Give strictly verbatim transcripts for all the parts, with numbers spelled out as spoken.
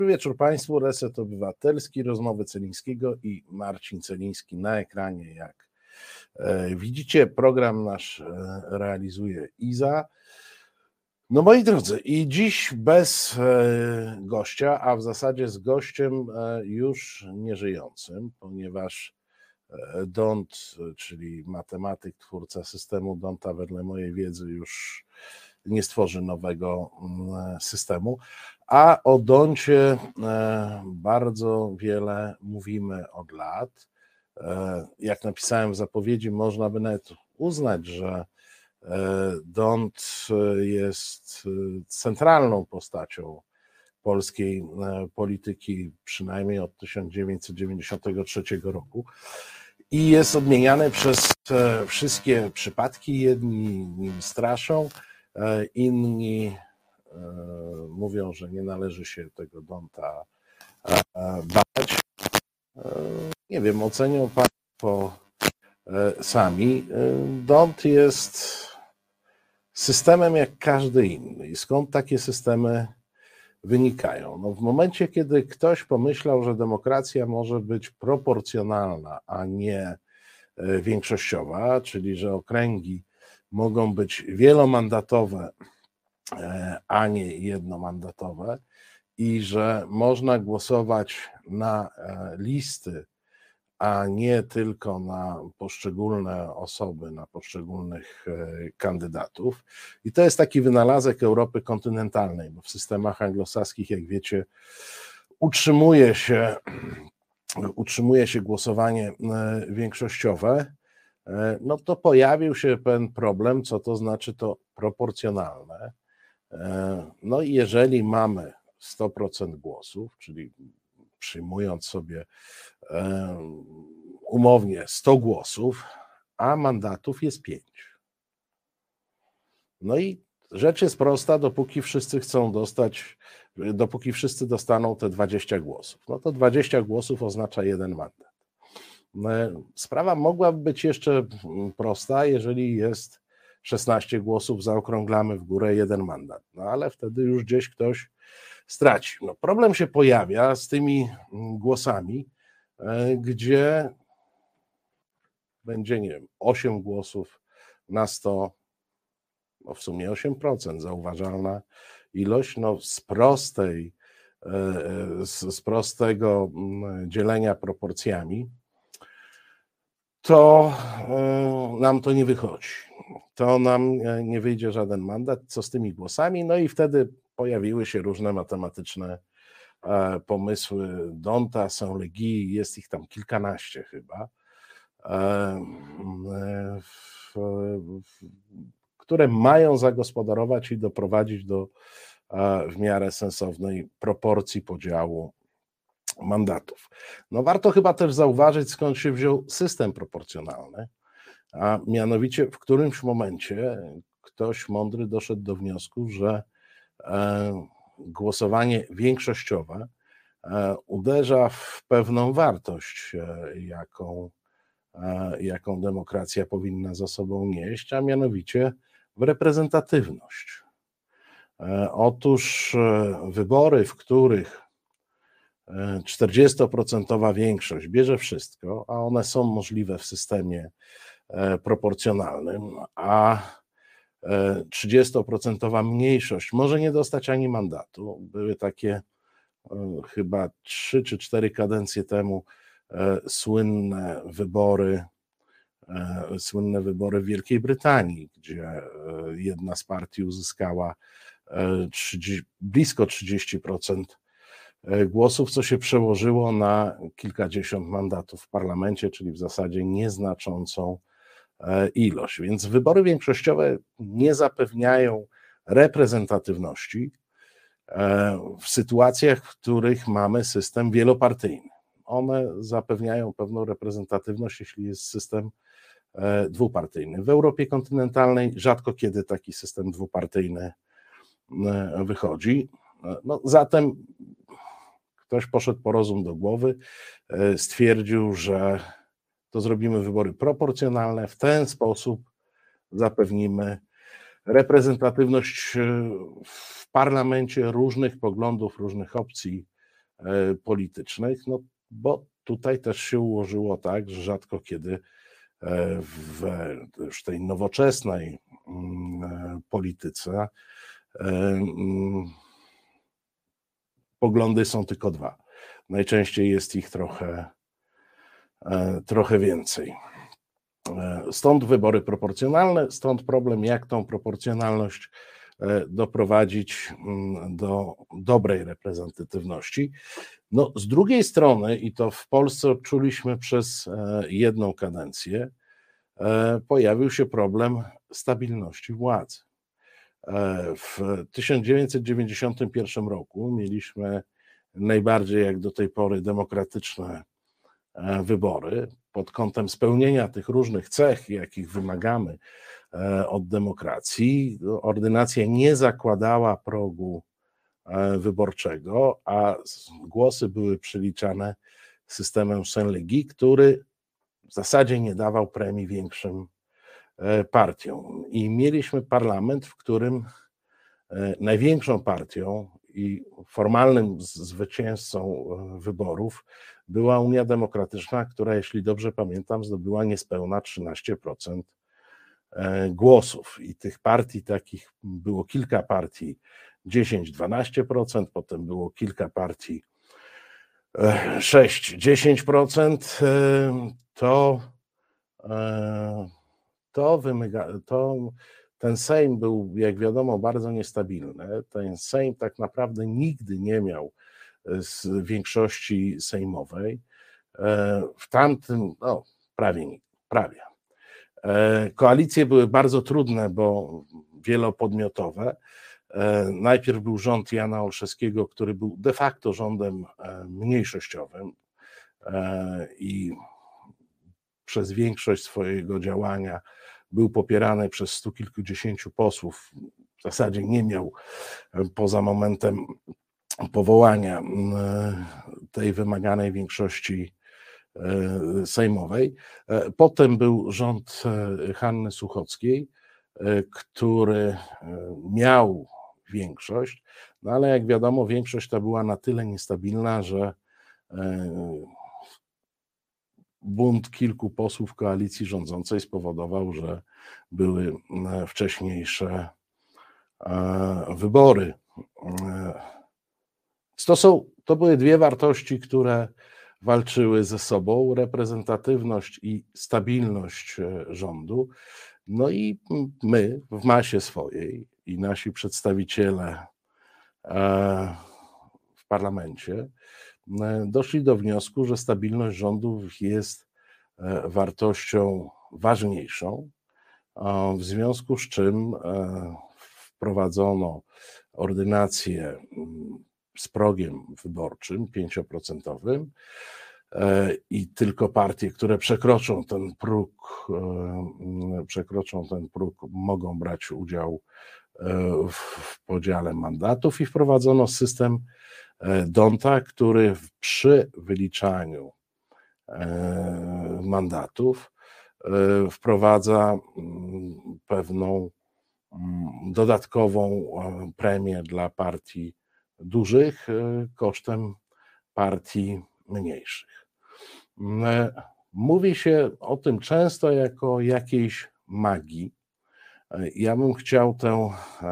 Dobry wieczór Państwu, Reset Obywatelski, rozmowy Celińskiego i Marcin Celiński na ekranie. Jak widzicie, program nasz realizuje Iza. No moi drodzy, i dziś bez gościa, a w zasadzie z gościem już nieżyjącym, ponieważ Dont, czyli matematyk, twórca systemu Donta, wedle mojej wiedzy już nie stworzy nowego systemu, a o Doncie bardzo wiele mówimy od lat. Jak napisałem w zapowiedzi, można by nawet uznać, że Dont jest centralną postacią polskiej polityki, przynajmniej od tysiąc dziewięćset dziewięćdziesiątego trzeciego roku. I jest odmieniany przez wszystkie przypadki. Jedni nim straszą, inni mówią, że nie należy się tego Donta bać. Nie wiem, ocenią Państwo sami. Dont jest systemem jak każdy inny. I skąd takie systemy wynikają? No w momencie, kiedy ktoś pomyślał, że demokracja może być proporcjonalna, a nie większościowa, czyli że okręgi mogą być wielomandatowe, a nie jednomandatowe i że można głosować na listy, a nie tylko na poszczególne osoby, na poszczególnych kandydatów. I to jest taki wynalazek Europy kontynentalnej, bo w systemach anglosaskich, jak wiecie, utrzymuje się, utrzymuje się głosowanie większościowe. No to pojawił się ten problem, co to znaczy to proporcjonalne. No i jeżeli mamy sto procent głosów, czyli przyjmując sobie umownie sto głosów, a mandatów jest pięć. No i rzecz jest prosta, dopóki wszyscy chcą dostać, dopóki wszyscy dostaną te dwadzieścia głosów. No to dwadzieścia głosów oznacza jeden mandat. Sprawa mogłaby być jeszcze prosta, jeżeli jest szesnaście głosów, zaokrąglamy w górę jeden mandat. No ale wtedy już gdzieś ktoś straci. No problem się pojawia z tymi głosami, gdzie będzie, nie wiem, osiem głosów na sto, no w sumie osiem procent, zauważalna ilość. No z prostej, z, z prostego dzielenia proporcjami, to nam to nie wychodzi. To nam nie wyjdzie żaden mandat. Co z tymi głosami? No i wtedy pojawiły się różne matematyczne pomysły Donta, Saint-Légy, jest ich tam kilkanaście chyba, które mają zagospodarować i doprowadzić do w miarę sensownej proporcji podziału mandatów. No warto chyba też zauważyć, skąd się wziął system proporcjonalny, a mianowicie w którymś momencie ktoś mądry doszedł do wniosku, że głosowanie większościowe uderza w pewną wartość, jaką, jaką demokracja powinna za sobą nieść, a mianowicie w reprezentatywność. Otóż wybory, w których czterdziestoprocentowa większość bierze wszystko, a one są możliwe w systemie proporcjonalnym, a trzydziestoprocentowa mniejszość może nie dostać ani mandatu. Były takie chyba trzy czy cztery kadencje temu słynne wybory, słynne wybory w Wielkiej Brytanii, gdzie jedna z partii uzyskała trzydzieści, blisko trzydzieści procent głosów, co się przełożyło na kilkadziesiąt mandatów w parlamencie, czyli w zasadzie nieznaczącą ilość. Więc wybory większościowe nie zapewniają reprezentatywności w sytuacjach, w których mamy system wielopartyjny. One zapewniają pewną reprezentatywność, jeśli jest system dwupartyjny. W Europie kontynentalnej rzadko kiedy taki system dwupartyjny wychodzi. No, zatem ktoś poszedł po rozum do głowy, stwierdził, że to zrobimy wybory proporcjonalne, w ten sposób zapewnimy reprezentatywność w parlamencie różnych poglądów, różnych opcji politycznych, no bo tutaj też się ułożyło tak, że rzadko kiedy w już tej nowoczesnej polityce poglądy są tylko dwa. Najczęściej jest ich trochę, trochę więcej. Stąd wybory proporcjonalne, stąd problem, jak tą proporcjonalność doprowadzić do dobrej reprezentatywności. No, z drugiej strony, i to w Polsce odczuliśmy przez jedną kadencję, pojawił się problem stabilności władzy. W tysiąc dziewięćset dziewięćdziesiątym pierwszym roku mieliśmy najbardziej jak do tej pory demokratyczne wybory pod kątem spełnienia tych różnych cech, jakich wymagamy od demokracji. Ordynacja nie zakładała progu wyborczego, a głosy były przeliczane systemem Saint-Légy, który w zasadzie nie dawał premii większym partiom. I mieliśmy parlament, w którym największą partią i formalnym zwycięzcą wyborów była Unia Demokratyczna, która, jeśli dobrze pamiętam, zdobyła niespełna trzynaście procent głosów. I tych partii takich było kilka partii, dziesięć do dwunastu procent, potem było kilka partii sześć do dziesięciu procent. To, to, wymaga, to ten Sejm był, jak wiadomo, bardzo niestabilny. Ten Sejm tak naprawdę nigdy nie miał z większości sejmowej. W tamtym, no prawie, prawie. Koalicje były bardzo trudne, bo wielopodmiotowe. Najpierw był rząd Jana Olszewskiego, który był de facto rządem mniejszościowym i przez większość swojego działania był popierany przez stu kilkudziesięciu posłów. W zasadzie nie miał poza momentem powołania tej wymaganej większości sejmowej. Potem był rząd Hanny Suchockiej, który miał większość, no ale jak wiadomo, większość ta była na tyle niestabilna, że bunt kilku posłów koalicji rządzącej spowodował, że były wcześniejsze wybory. To, są, to były dwie wartości, które walczyły ze sobą, reprezentatywność i stabilność rządu. No i my w masie swojej i nasi przedstawiciele w parlamencie doszli do wniosku, że stabilność rządów jest wartością ważniejszą, w związku z czym wprowadzono ordynację z progiem wyborczym pięcioprocentowym i tylko partie, które przekroczą ten próg, przekroczą ten próg, mogą brać udział w podziale mandatów i wprowadzono system D'Hondta, który przy wyliczaniu mandatów wprowadza pewną dodatkową premię dla partii dużych kosztem partii mniejszych. Mówi się o tym często jako o jakiejś magii. Ja bym chciał tę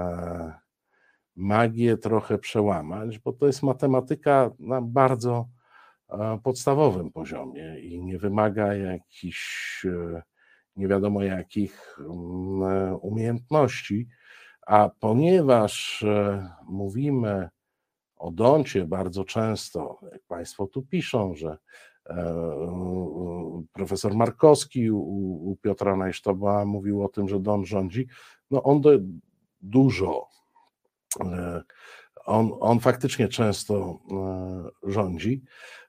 magię trochę przełamać, bo to jest matematyka na bardzo podstawowym poziomie i nie wymaga jakichś nie wiadomo jakich umiejętności, a ponieważ mówimy o D'Hondcie bardzo często, jak Państwo tu piszą, że profesor Markowski u, u Piotra Najsztoba mówił o tym, że D'Hondt rządzi, no on do, dużo, on, on faktycznie często rządzi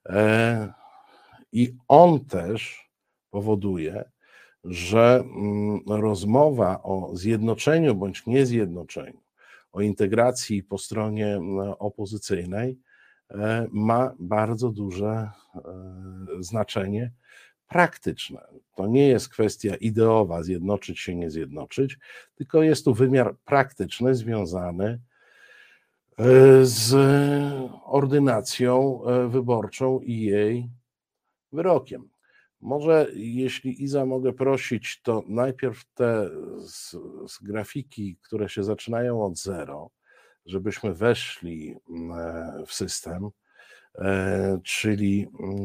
i on też powoduje, że rozmowa o zjednoczeniu bądź niezjednoczeniu, o integracji po stronie opozycyjnej ma bardzo duże znaczenie praktyczne. To nie jest kwestia ideowa, zjednoczyć się, nie zjednoczyć, tylko jest tu wymiar praktyczny związany z ordynacją wyborczą i jej wyrokiem. Może jeśli Iza mogę prosić, to najpierw te z, z grafiki, które się zaczynają od zero, żebyśmy weszli w system, czyli,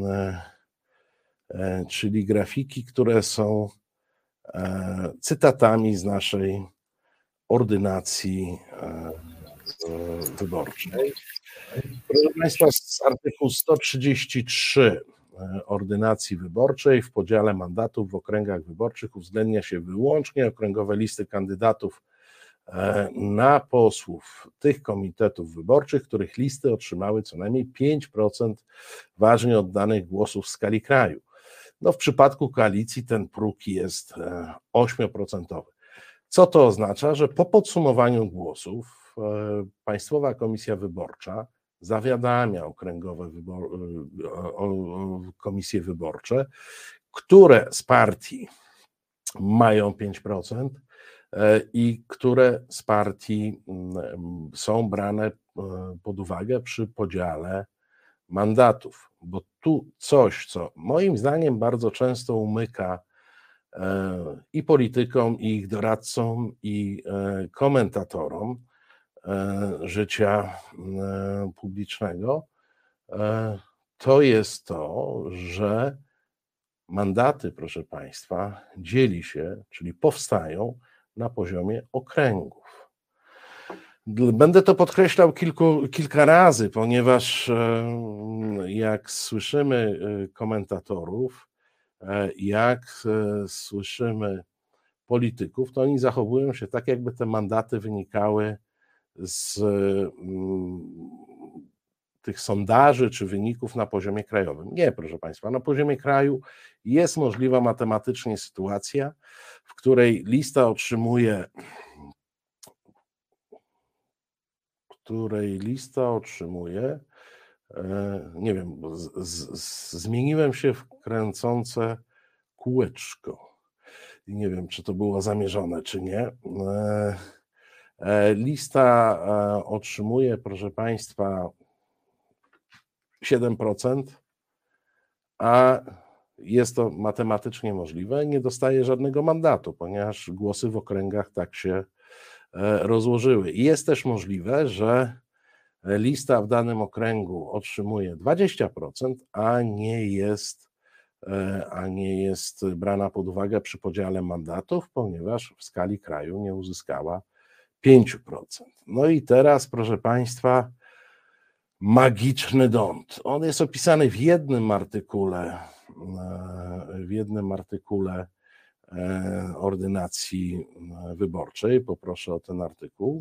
czyli grafiki, które są cytatami z naszej ordynacji wyborczej. Proszę Państwa, z artykułu sto trzydzieści trzy ordynacji wyborczej w podziale mandatów w okręgach wyborczych uwzględnia się wyłącznie okręgowe listy kandydatów na posłów tych komitetów wyborczych, których listy otrzymały co najmniej pięć procent ważnie oddanych głosów w skali kraju. No w przypadku koalicji ten próg jest osiem procent. Co to oznacza? Że po podsumowaniu głosów Państwowa Komisja Wyborcza zawiadamia okręgowe wybor... komisje wyborcze, które z partii mają pięć procent i które z partii są brane pod uwagę przy podziale mandatów. Bo tu coś, co moim zdaniem bardzo często umyka i politykom, i ich doradcom, i komentatorom życia publicznego, to jest to, że mandaty, proszę Państwa, dzieli się, czyli powstają na poziomie okręgów. Będę to podkreślał kilku, kilka razy, ponieważ jak słyszymy komentatorów, jak słyszymy polityków, to oni zachowują się tak, jakby te mandaty wynikały z tych sondaży czy wyników na poziomie krajowym. Nie, proszę Państwa, na poziomie kraju jest możliwa matematycznie sytuacja, w której lista otrzymuje, której lista otrzymuje, nie wiem, z, z, zmieniłem się w kręcące kółeczko i nie wiem, czy to było zamierzone, czy nie. Lista otrzymuje, proszę Państwa, siedem procent, a jest to matematycznie możliwe, nie dostaje żadnego mandatu, ponieważ głosy w okręgach tak się rozłożyły. I jest też możliwe, że lista w danym okręgu otrzymuje dwadzieścia procent, a nie jest, a nie jest brana pod uwagę przy podziale mandatów, ponieważ w skali kraju nie uzyskała pięć procent. No i teraz, proszę Państwa, magiczny dąd. On jest opisany w jednym artykule, w jednym artykule ordynacji wyborczej. Poproszę o ten artykuł.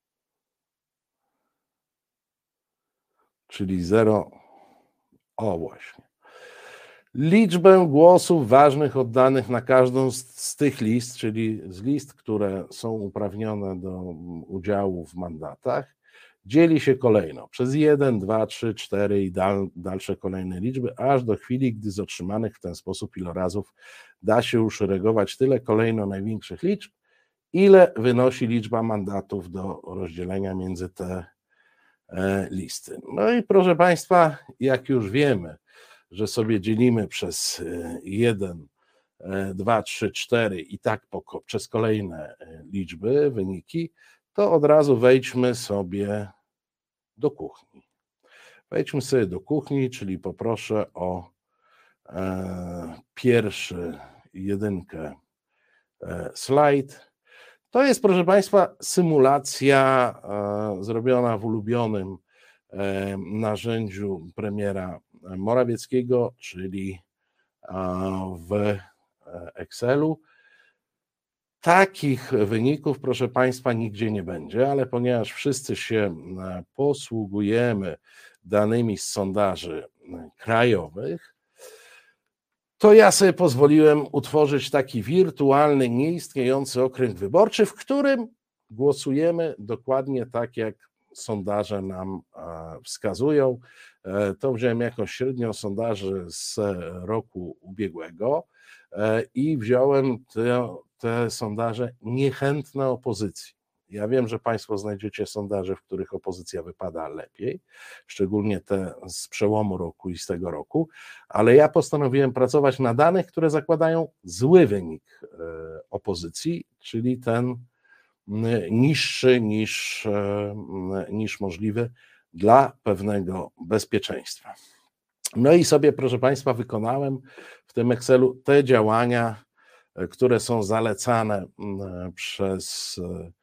Czyli zero, o właśnie. Liczbę głosów ważnych oddanych na każdą z, z tych list, czyli z list, które są uprawnione do udziału w mandatach, dzieli się kolejno przez jeden, dwa, trzy, cztery i dal, dalsze kolejne liczby, aż do chwili, gdy z otrzymanych w ten sposób ilorazów da się uszeregować tyle kolejno największych liczb, ile wynosi liczba mandatów do rozdzielenia między te listy. No i proszę Państwa, jak już wiemy, że sobie dzielimy przez jeden, dwa, trzy, cztery i tak po, przez kolejne liczby, wyniki, to od razu wejdźmy sobie do kuchni. Wejdźmy sobie do kuchni, czyli poproszę o e, pierwszy jedynkę e, slajd. To jest, proszę Państwa, symulacja e, zrobiona w ulubionym e, narzędziu premiera Morawieckiego, czyli e, w Excelu. Takich wyników, proszę Państwa, nigdzie nie będzie, ale ponieważ wszyscy się posługujemy danymi z sondaży krajowych, to ja sobie pozwoliłem utworzyć taki wirtualny, nieistniejący okręg wyborczy, w którym głosujemy dokładnie tak, jak sondaże nam wskazują. To wziąłem jakąś średnią sondaży z roku ubiegłego i wziąłem te, te sondaże niechętne opozycji. Ja wiem, że Państwo znajdziecie sondaże, w których opozycja wypada lepiej, szczególnie te z przełomu roku i z tego roku, ale ja postanowiłem pracować na danych, które zakładają zły wynik opozycji, czyli ten niższy niż, niż możliwy dla pewnego bezpieczeństwa. No i sobie, proszę Państwa, wykonałem w tym Excelu te działania, które są zalecane przez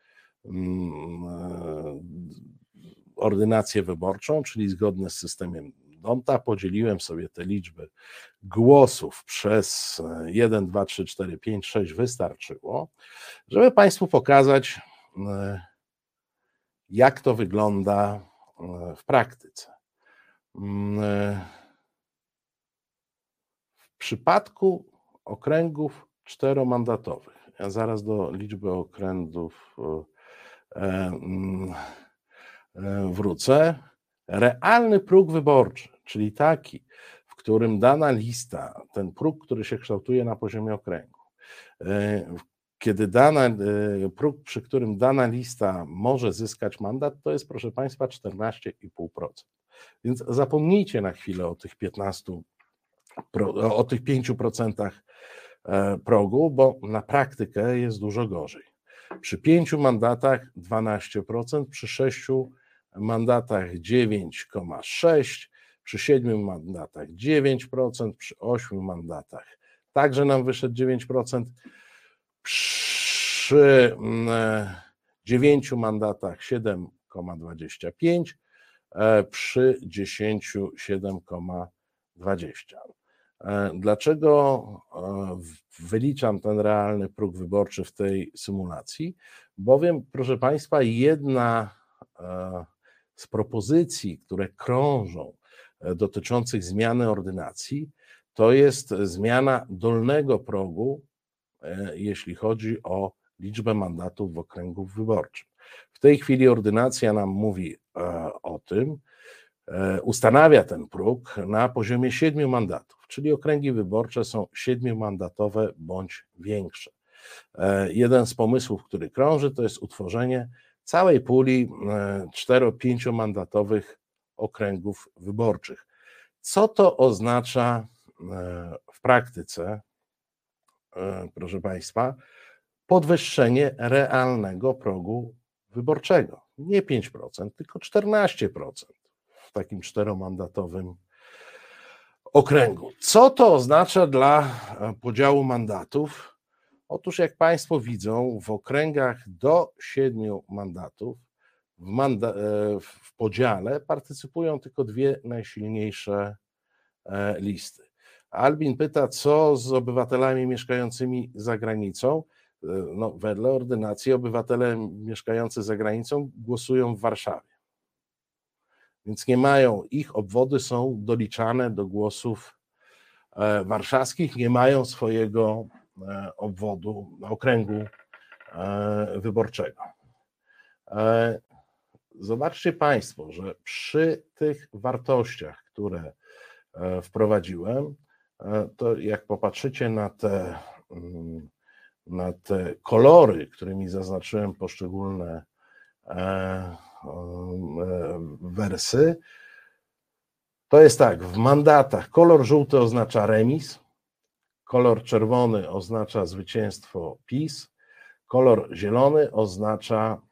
ordynację wyborczą, czyli zgodne z systemem D'Hondta. Podzieliłem sobie te liczby głosów przez jeden, dwa, trzy, cztery, pięć, sześć wystarczyło, żeby Państwu pokazać, jak to wygląda w praktyce. W przypadku okręgów czteromandatowych, ja zaraz do liczby okręgów wrócę, realny próg wyborczy, czyli taki, w którym dana lista, ten próg, który się kształtuje na poziomie okręgu, kiedy dana, próg, przy którym dana lista może zyskać mandat, to jest, proszę Państwa, czternaście i pół procent. Więc zapomnijcie na chwilę o tych piętnastu, o tych pięciu procentach progu, bo na praktykę jest dużo gorzej. Przy pięciu mandatach dwanaście procent, przy sześciu mandatach dziewięć przecinek sześć procent, przy siedmiu mandatach dziewięć procent, przy ośmiu mandatach także nam wyszedł dziewięć procent, przy dziewięciu mandatach siedem przecinek dwadzieścia pięć procent, przy dziesięciu siedem przecinek dwadzieścia procent. Dlaczego wyliczam ten realny próg wyborczy w tej symulacji? Bowiem, proszę Państwa, jedna z propozycji, które krążą dotyczących zmiany ordynacji, to jest zmiana dolnego progu, jeśli chodzi o liczbę mandatów w okręgu wyborczym. W tej chwili ordynacja nam mówi o tym, ustanawia ten próg na poziomie siedmiu mandatów, czyli okręgi wyborcze są siedmiomandatowe bądź większe. Jeden z pomysłów, który krąży, to jest utworzenie całej puli cztero-pięciomandatowych okręgów wyborczych. Co to oznacza w praktyce, proszę Państwa? Podwyższenie realnego progu wyborczego. Nie pięć procent, tylko czternaście procent w takim czteromandatowym okręgu. Co to oznacza dla podziału mandatów? Otóż, jak Państwo widzą, w okręgach do siedmiu mandatów w, manda- w podziale partycypują tylko dwie najsilniejsze listy. Albin pyta, co z obywatelami mieszkającymi za granicą? No, wedle ordynacji obywatele mieszkający za granicą głosują w Warszawie. Więc nie mają, ich obwody są doliczane do głosów warszawskich, nie mają swojego obwodu, okręgu wyborczego. Zobaczcie Państwo, że przy tych wartościach, które wprowadziłem, to jak popatrzycie na te, na te kolory, którymi zaznaczyłem poszczególne wersy, to jest tak, w mandatach kolor żółty oznacza remis, kolor czerwony oznacza zwycięstwo PiS, kolor zielony oznacza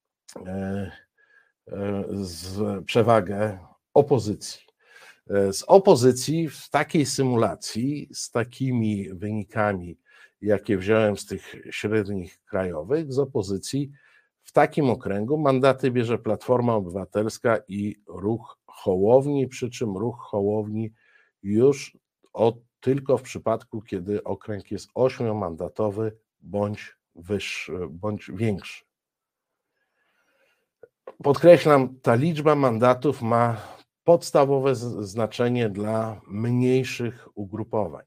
z przewagę opozycji. Z opozycji w takiej symulacji, z takimi wynikami, jakie wziąłem z tych średnich krajowych, z opozycji w takim okręgu mandaty bierze Platforma Obywatelska i Ruch Hołowni, przy czym Ruch Hołowni już od, tylko w przypadku, kiedy okręg jest ośmiomandatowy bądź wyższy, bądź większy. Podkreślam, ta liczba mandatów ma podstawowe znaczenie dla mniejszych ugrupowań.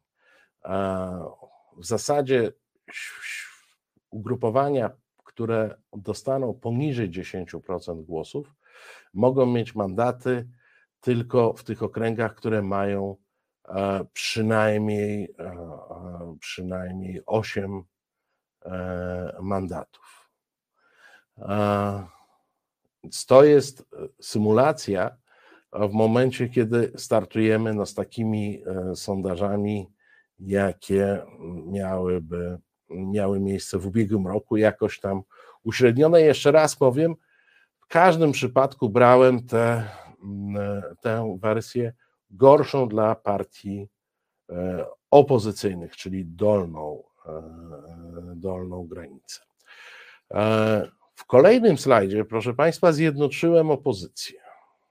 W zasadzie ugrupowania, które dostaną poniżej dziesięć procent głosów, mogą mieć mandaty tylko w tych okręgach, które mają przynajmniej, przynajmniej osiem mandatów. To jest symulacja w momencie, kiedy startujemy no, z takimi sondażami, jakie miałyby, miały miejsce w ubiegłym roku, jakoś tam uśrednione. Jeszcze raz powiem, w każdym przypadku brałem tę tę wersję gorszą dla partii opozycyjnych, czyli dolną, dolną granicę. W kolejnym slajdzie, proszę Państwa, zjednoczyłem opozycję.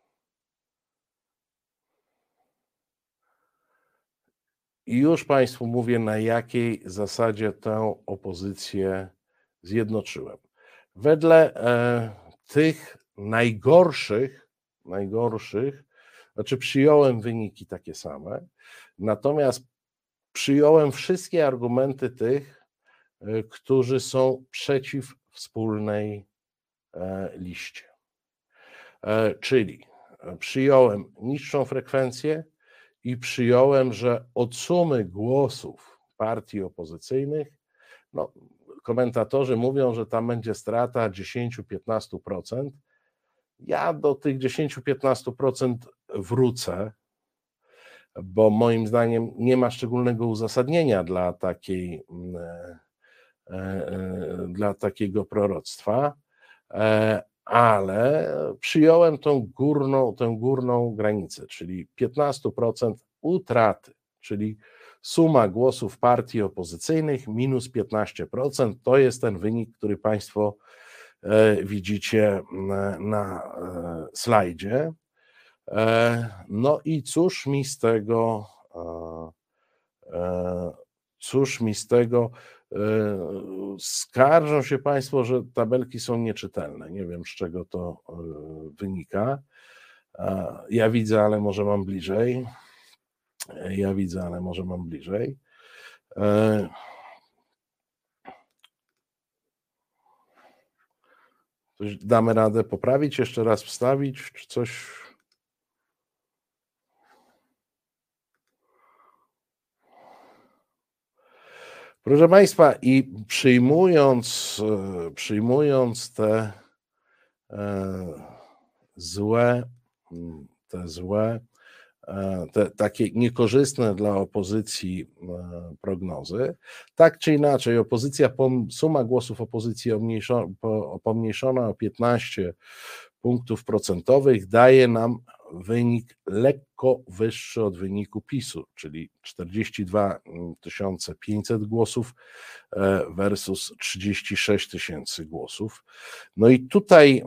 I już Państwu mówię, na jakiej zasadzie tę opozycję zjednoczyłem. Wedle e, tych najgorszych, najgorszych, znaczy przyjąłem wyniki takie same, natomiast przyjąłem wszystkie argumenty tych, e, którzy są przeciw wspólnej e, liście. E, czyli przyjąłem niższą frekwencję, i przyjąłem, że od sumy głosów partii opozycyjnych, no, komentatorzy mówią, że tam będzie strata dziesięć do piętnastu procent. Ja do tych dziesięć do piętnastu procent wrócę, bo moim zdaniem nie ma szczególnego uzasadnienia dla takiej, dla takiego proroctwa, ale przyjąłem tą górną, tę górną granicę, czyli piętnaście procent utraty, czyli suma głosów partii opozycyjnych minus piętnaście procent. To jest ten wynik, który Państwo widzicie na slajdzie. No i cóż mi z tego, cóż mi z tego, skarżą się Państwo, że tabelki są nieczytelne. Nie wiem, z czego to wynika. Ja widzę, ale może mam bliżej. Ja widzę, ale może mam bliżej. Coś damy radę poprawić, jeszcze raz wstawić, czy coś. Proszę Państwa, i przyjmując, przyjmując te złe, te złe, te takie niekorzystne dla opozycji prognozy, tak czy inaczej opozycja, suma głosów opozycji pomniejszona o piętnaście punktów procentowych daje nam wynik lekko wyższy od wyniku PiSu, czyli czterdzieści dwa tysiące pięćset głosów versus trzydzieści sześć tysięcy głosów. No i tutaj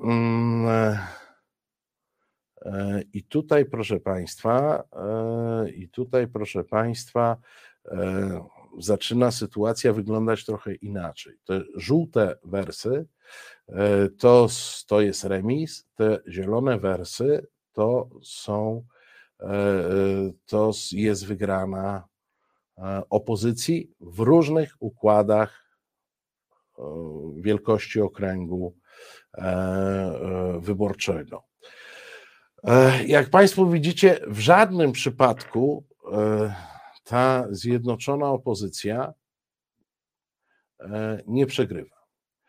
i tutaj proszę Państwa i tutaj proszę Państwa zaczyna sytuacja wyglądać trochę inaczej. Te żółte wersy to, to jest remis, te zielone wersy to są, to jest wygrana opozycji w różnych układach wielkości okręgu wyborczego. Jak Państwo widzicie, w żadnym przypadku ta zjednoczona opozycja nie przegrywa.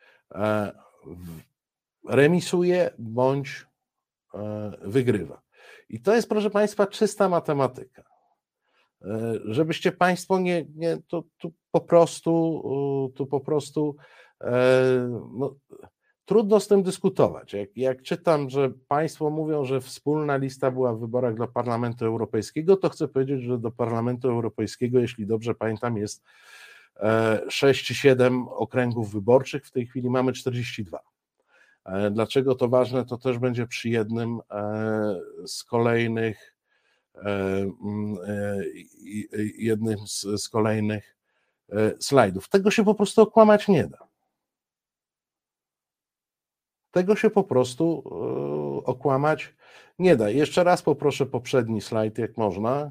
Remisuje bądź wygrywa. I to jest, proszę Państwa, czysta matematyka. Żebyście Państwo nie, nie to, tu po prostu, tu po prostu no, trudno z tym dyskutować. Jak, jak czytam, że Państwo mówią, że wspólna lista była w wyborach do Parlamentu Europejskiego, to chcę powiedzieć, że do Parlamentu Europejskiego, jeśli dobrze pamiętam, jest sześć czy siedem okręgów wyborczych, w tej chwili mamy czterdzieści dwa. Dlaczego to ważne, to też będzie przy jednym z kolejnych jednym z, z kolejnych slajdów. Tego się po prostu okłamać nie da. Tego się po prostu okłamać nie da. Jeszcze raz poproszę poprzedni slajd, jak można.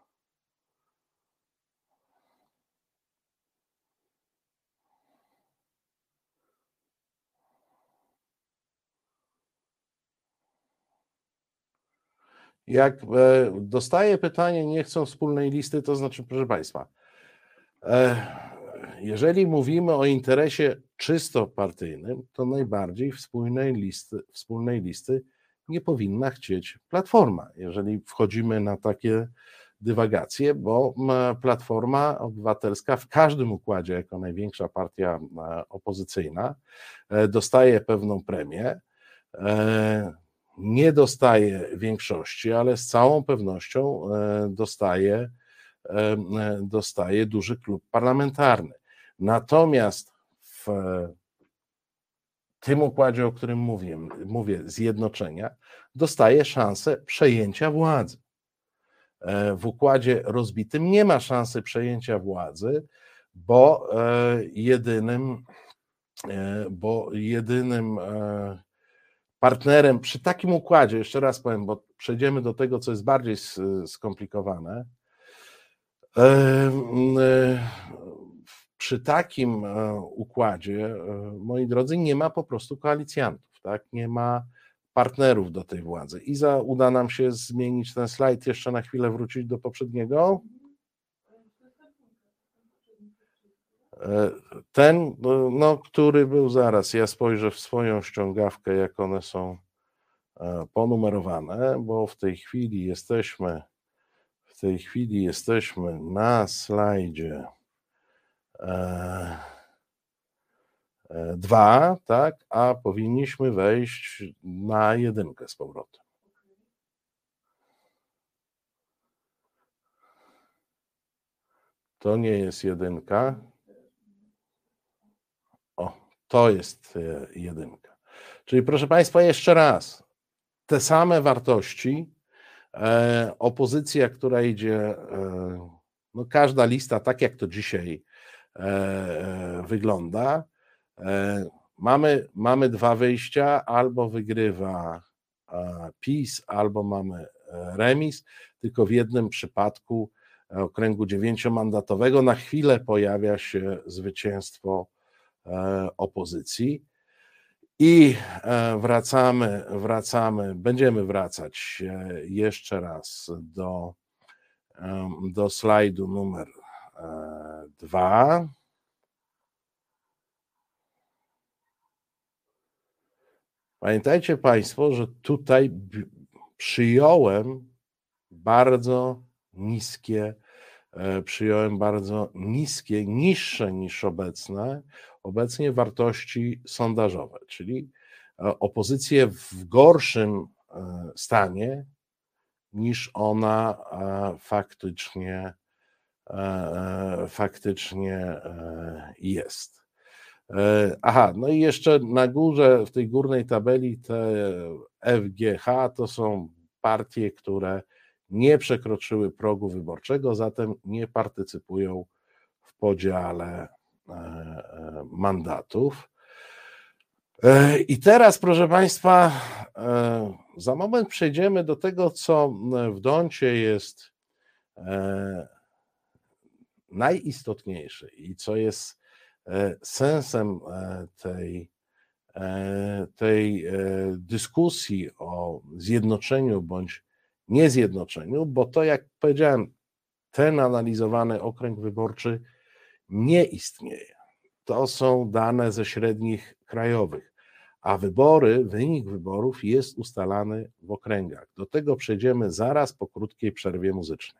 Jak dostaję pytanie, nie chcą wspólnej listy, to znaczy, proszę Państwa, jeżeli mówimy o interesie czysto partyjnym, to najbardziej wspólnej listy, wspólnej listy nie powinna chcieć Platforma, jeżeli wchodzimy na takie dywagacje, bo Platforma Obywatelska w każdym układzie, jako największa partia opozycyjna, dostaje pewną premię, nie dostaje większości, ale z całą pewnością dostaje, dostaje duży klub parlamentarny. Natomiast w tym układzie, o którym mówię, mówię, zjednoczenia, dostaje szansę przejęcia władzy. W układzie rozbitym nie ma szansy przejęcia władzy, bo jedynym, bo jedynym partnerem przy takim układzie, jeszcze raz powiem, bo przejdziemy do tego, co jest bardziej skomplikowane, przy takim układzie, moi drodzy, nie ma po prostu koalicjantów, tak? Nie ma partnerów do tej władzy. Iza, uda nam się zmienić ten slajd, jeszcze na chwilę wrócić do poprzedniego. Ten, no, który był zaraz, ja spojrzę w swoją ściągawkę, jak one są ponumerowane, bo w tej chwili jesteśmy, w tej chwili jesteśmy na slajdzie dwa, tak, a powinniśmy wejść na jedynkę z powrotem. To nie jest jedynka. O, to jest jedynka. Czyli proszę Państwa, jeszcze raz, te same wartości, e, opozycja, która idzie, e, no każda lista, tak jak to dzisiaj e, wygląda, e, mamy, mamy dwa wyjścia, albo wygrywa e, PiS, albo mamy remis, tylko w jednym przypadku okręgu dziewięciomandatowego na chwilę pojawia się zwycięstwo opozycji. I wracamy, wracamy, będziemy wracać jeszcze raz do, do slajdu numer dwa. Pamiętajcie Państwo, że tutaj przyjąłem bardzo niskie, przyjąłem bardzo niskie, niższe niż obecne, obecnie wartości sondażowe, czyli opozycję w gorszym stanie niż ona faktycznie, faktycznie jest. Aha, no i jeszcze na górze, w tej górnej tabeli te F G H to są partie, które nie przekroczyły progu wyborczego, zatem nie partycypują w podziale mandatów. I teraz, proszę Państwa, za moment przejdziemy do tego, co w Doncie jest najistotniejsze i co jest sensem tej, tej dyskusji o zjednoczeniu bądź niezjednoczeniu, bo to, jak powiedziałem, ten analizowany okręg wyborczy nie istnieje. To są dane ze średnich krajowych, a wybory, wynik wyborów jest ustalany w okręgach. Do tego przejdziemy zaraz po krótkiej przerwie muzycznej.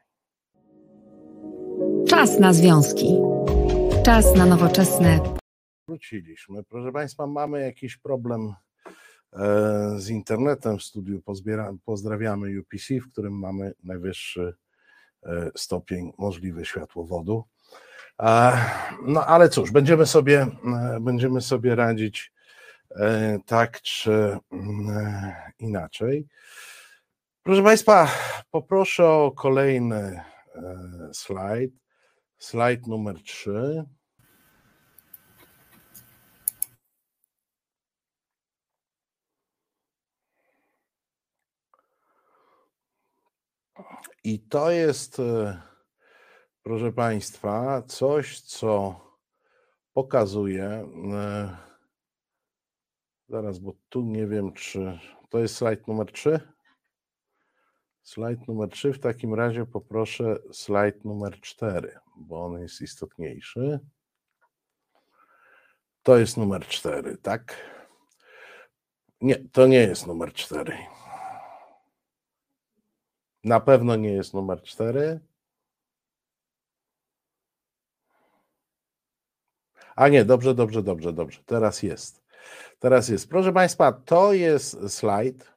Czas na związki. Czas na nowoczesne. Wróciliśmy. Proszę Państwa, mamy jakiś problem z internetem w studiu. Pozdrawiamy U P C, w którym mamy najwyższy stopień możliwy światłowodu. No ale cóż, będziemy sobie, będziemy sobie radzić tak czy inaczej. Proszę Państwa, poproszę o kolejny slajd. Slajd numer trzy. I to jest, proszę Państwa, coś, co pokazuje, zaraz, bo tu nie wiem, czy to jest slajd numer trzy? Slajd numer trzy, w takim razie poproszę slajd numer cztery, bo on jest istotniejszy. To jest numer cztery, tak? Nie, to nie jest numer cztery. Na pewno nie jest numer cztery. A nie, dobrze, dobrze, dobrze, dobrze. Teraz jest. Teraz jest. Proszę Państwa, to jest slajd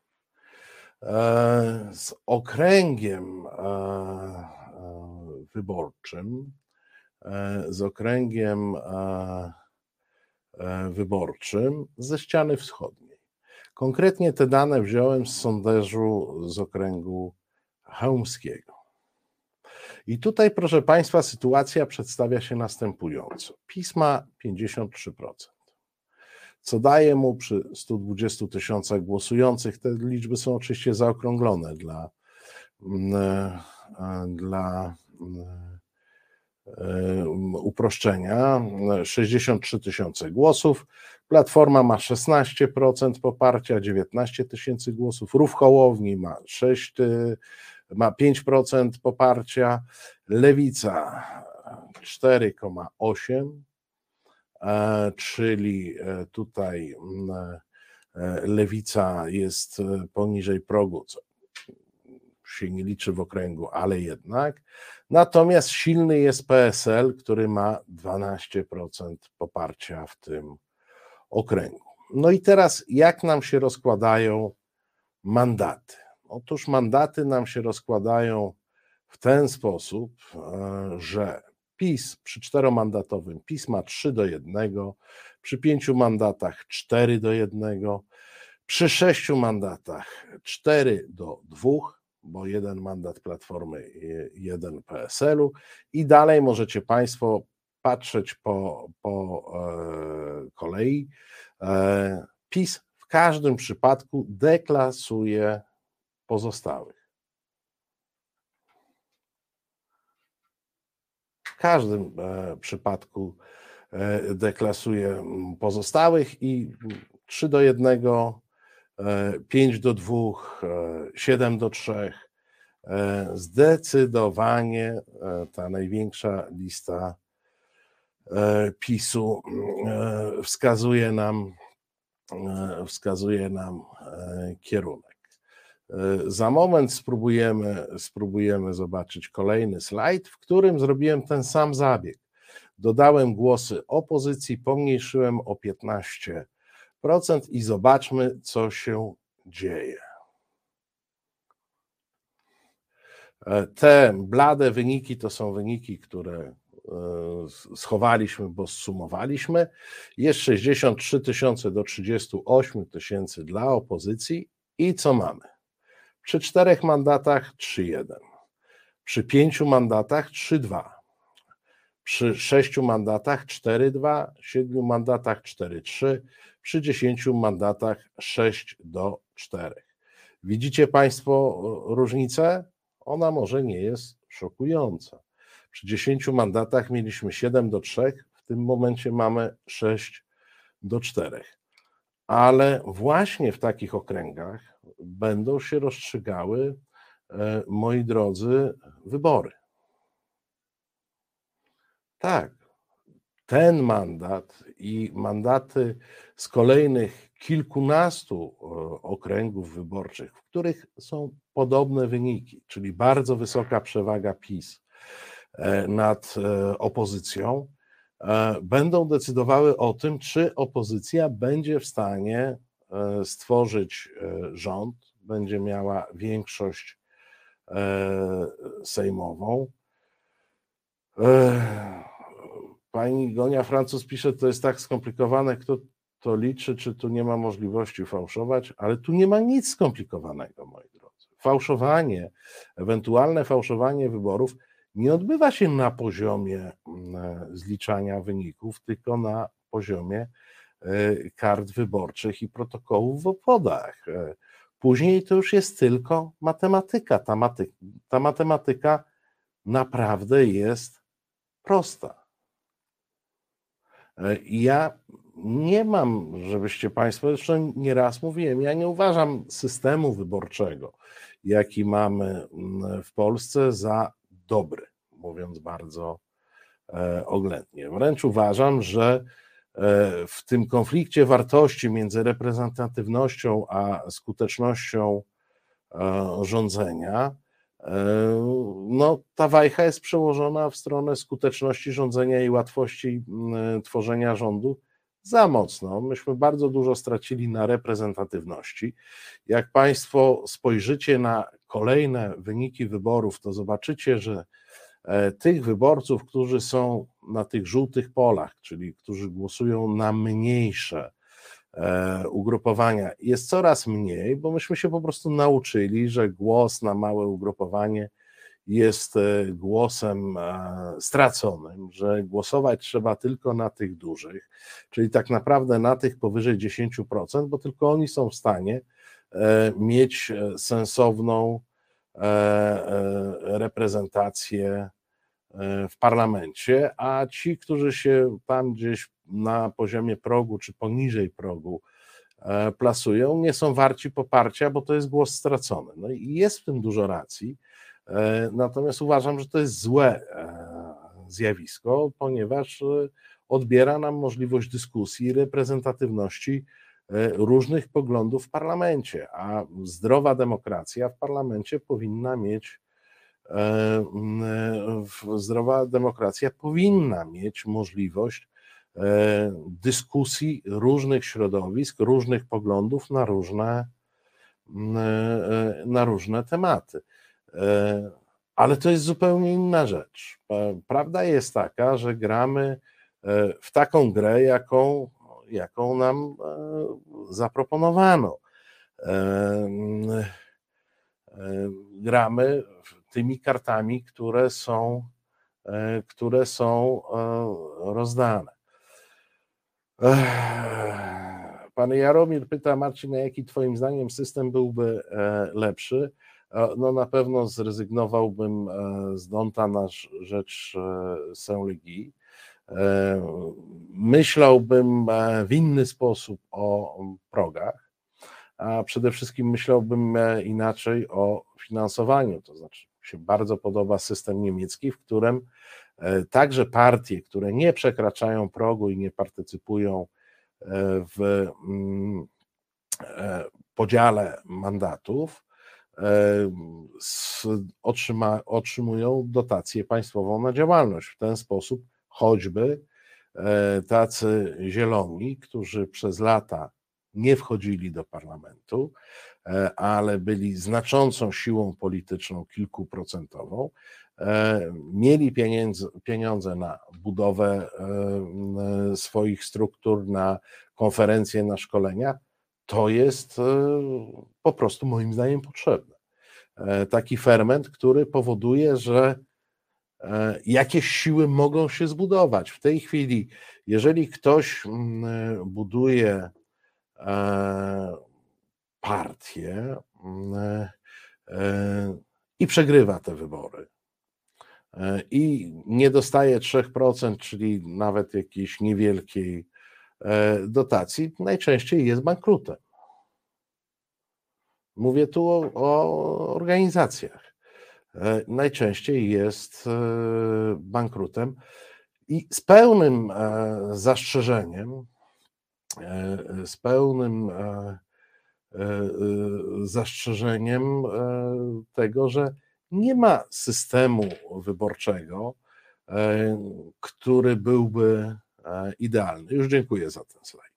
z okręgiem wyborczym, z okręgiem wyborczym ze ściany wschodniej. Konkretnie te dane wziąłem z sondażu z okręgu chełmskiego. I tutaj, proszę Państwa, sytuacja przedstawia się następująco. PiS ma pięćdziesiąt trzy procent, co daje mu przy stu dwudziestu tysiącach głosujących, te liczby są oczywiście zaokrąglone dla, dla uproszczenia, sześćdziesiąt trzy tysiące głosów, Platforma ma szesnaście procent poparcia, dziewiętnaście tysięcy głosów, Ruch Hołowni ma sześć ma pięć procent poparcia, Lewica cztery przecinek osiem, czyli tutaj Lewica jest poniżej progu, co się nie liczy w okręgu, ale jednak. Natomiast silny jest P S L, który ma dwanaście procent poparcia w tym okręgu. No i teraz jak nam się rozkładają mandaty? Otóż mandaty nam się rozkładają w ten sposób, że PiS przy czteromandatowym, PiS ma trzy do jednego, przy pięciu mandatach cztery do jednego, przy sześciu mandatach cztery do dwóch, bo jeden mandat Platformy, jeden P S L-u i dalej możecie Państwo patrzeć po, po e, kolei. E, PiS w każdym przypadku deklasuje pozostałych. W każdym e, przypadku e, deklasuje pozostałych i trzy do jednego, e, pięć do dwóch, e, siedem do trzech. E, zdecydowanie e, ta największa lista e, PiS-u e, wskazuje nam, e, wskazuje nam e, kierunek. Za moment spróbujemy, spróbujemy zobaczyć kolejny slajd, w którym zrobiłem ten sam zabieg. Dodałem głosy opozycji, pomniejszyłem o piętnaście procent i zobaczmy, co się dzieje. Te blade wyniki to są wyniki, które schowaliśmy, bo zsumowaliśmy. Jest sześćdziesiąt trzy tysiące do trzydziestu ośmiu tysięcy dla opozycji i co mamy? Przy czterech mandatach trzy jeden, przy pięciu mandatach trzy dwa, przy sześciu mandatach cztery dwa, siedmiu mandatach cztery trzy, przy dziesięciu mandatach sześć do czterech. Widzicie Państwo różnicę? Ona może nie jest szokująca. Przy dziesięciu mandatach mieliśmy siedem do trzech, w tym momencie mamy sześć do czterech. Ale właśnie w takich okręgach będą się rozstrzygały, moi drodzy, wybory. Tak, ten mandat i mandaty z kolejnych kilkunastu okręgów wyborczych, w których są podobne wyniki, czyli bardzo wysoka przewaga PiS nad opozycją, będą decydowały o tym, czy opozycja będzie w stanie stworzyć rząd, będzie miała większość sejmową. Pani Gonia Francuz pisze, to jest tak skomplikowane, kto to liczy, czy tu nie ma możliwości fałszować, ale tu nie ma nic skomplikowanego, moi drodzy. Fałszowanie, ewentualne fałszowanie wyborów nie odbywa się na poziomie zliczania wyników, tylko na poziomie kart wyborczych i protokołów w obwodach. Później to już jest tylko matematyka. Ta, maty, ta matematyka naprawdę jest prosta. Ja nie mam, żebyście Państwo, zresztą nieraz mówiłem, ja nie uważam systemu wyborczego, jaki mamy w Polsce, za dobry, mówiąc bardzo oględnie. Wręcz uważam, że w tym konflikcie wartości między reprezentatywnością a skutecznością rządzenia, no ta wajcha jest przełożona w stronę skuteczności rządzenia i łatwości tworzenia rządu za mocno. Myśmy bardzo dużo stracili na reprezentatywności. Jak Państwo spojrzycie na kolejne wyniki wyborów, to zobaczycie, że tych wyborców, którzy są na tych żółtych polach, czyli którzy głosują na mniejsze ugrupowania, jest coraz mniej, bo myśmy się po prostu nauczyli, że głos na małe ugrupowanie jest głosem straconym, że głosować trzeba tylko na tych dużych, czyli tak naprawdę na tych powyżej dziesięć procent, bo tylko oni są w stanie mieć sensowną reprezentację w parlamencie, a ci, którzy się tam gdzieś na poziomie progu czy poniżej progu plasują, nie są warci poparcia, bo to jest głos stracony. No i jest w tym dużo racji, natomiast uważam, że to jest złe zjawisko, ponieważ odbiera nam możliwość dyskusji i reprezentatywności różnych poglądów w parlamencie, a zdrowa demokracja w parlamencie powinna mieć zdrowa demokracja powinna mieć możliwość dyskusji różnych środowisk, różnych poglądów na różne, na różne tematy. Ale to jest zupełnie inna rzecz. Prawda jest taka, że gramy w taką grę, jaką, jaką nam zaproponowano. Gramy tymi kartami, które są, które są rozdane. Pan Jaromir pyta, Marcin, jaki twoim zdaniem system byłby lepszy? No na pewno zrezygnowałbym z Donta na rzecz Saint-Légui. Myślałbym w inny sposób o progach, a przede wszystkim myślałbym inaczej o finansowaniu, to znaczy mi się bardzo podoba system niemiecki, w którym także partie, które nie przekraczają progu i nie partycypują w podziale mandatów, otrzyma, otrzymują dotację państwową na działalność. W ten sposób choćby tacy zieloni, którzy przez lata nie wchodzili do parlamentu, ale byli znaczącą siłą polityczną, kilkuprocentową, mieli pieniądze, pieniądze na budowę swoich struktur, na konferencje, na szkolenia. To jest po prostu moim zdaniem potrzebne. Taki ferment, który powoduje, że jakieś siły mogą się zbudować. W tej chwili, jeżeli ktoś buduje partię i przegrywa te wybory i nie dostaje trzy procent, czyli nawet jakiejś niewielkiej dotacji, najczęściej jest bankrutem. Mówię tu o, o organizacjach. Najczęściej jest bankrutem i z pełnym zastrzeżeniem, z pełnym zastrzeżeniem tego, że nie ma systemu wyborczego, który byłby idealny. Już dziękuję za ten slajd.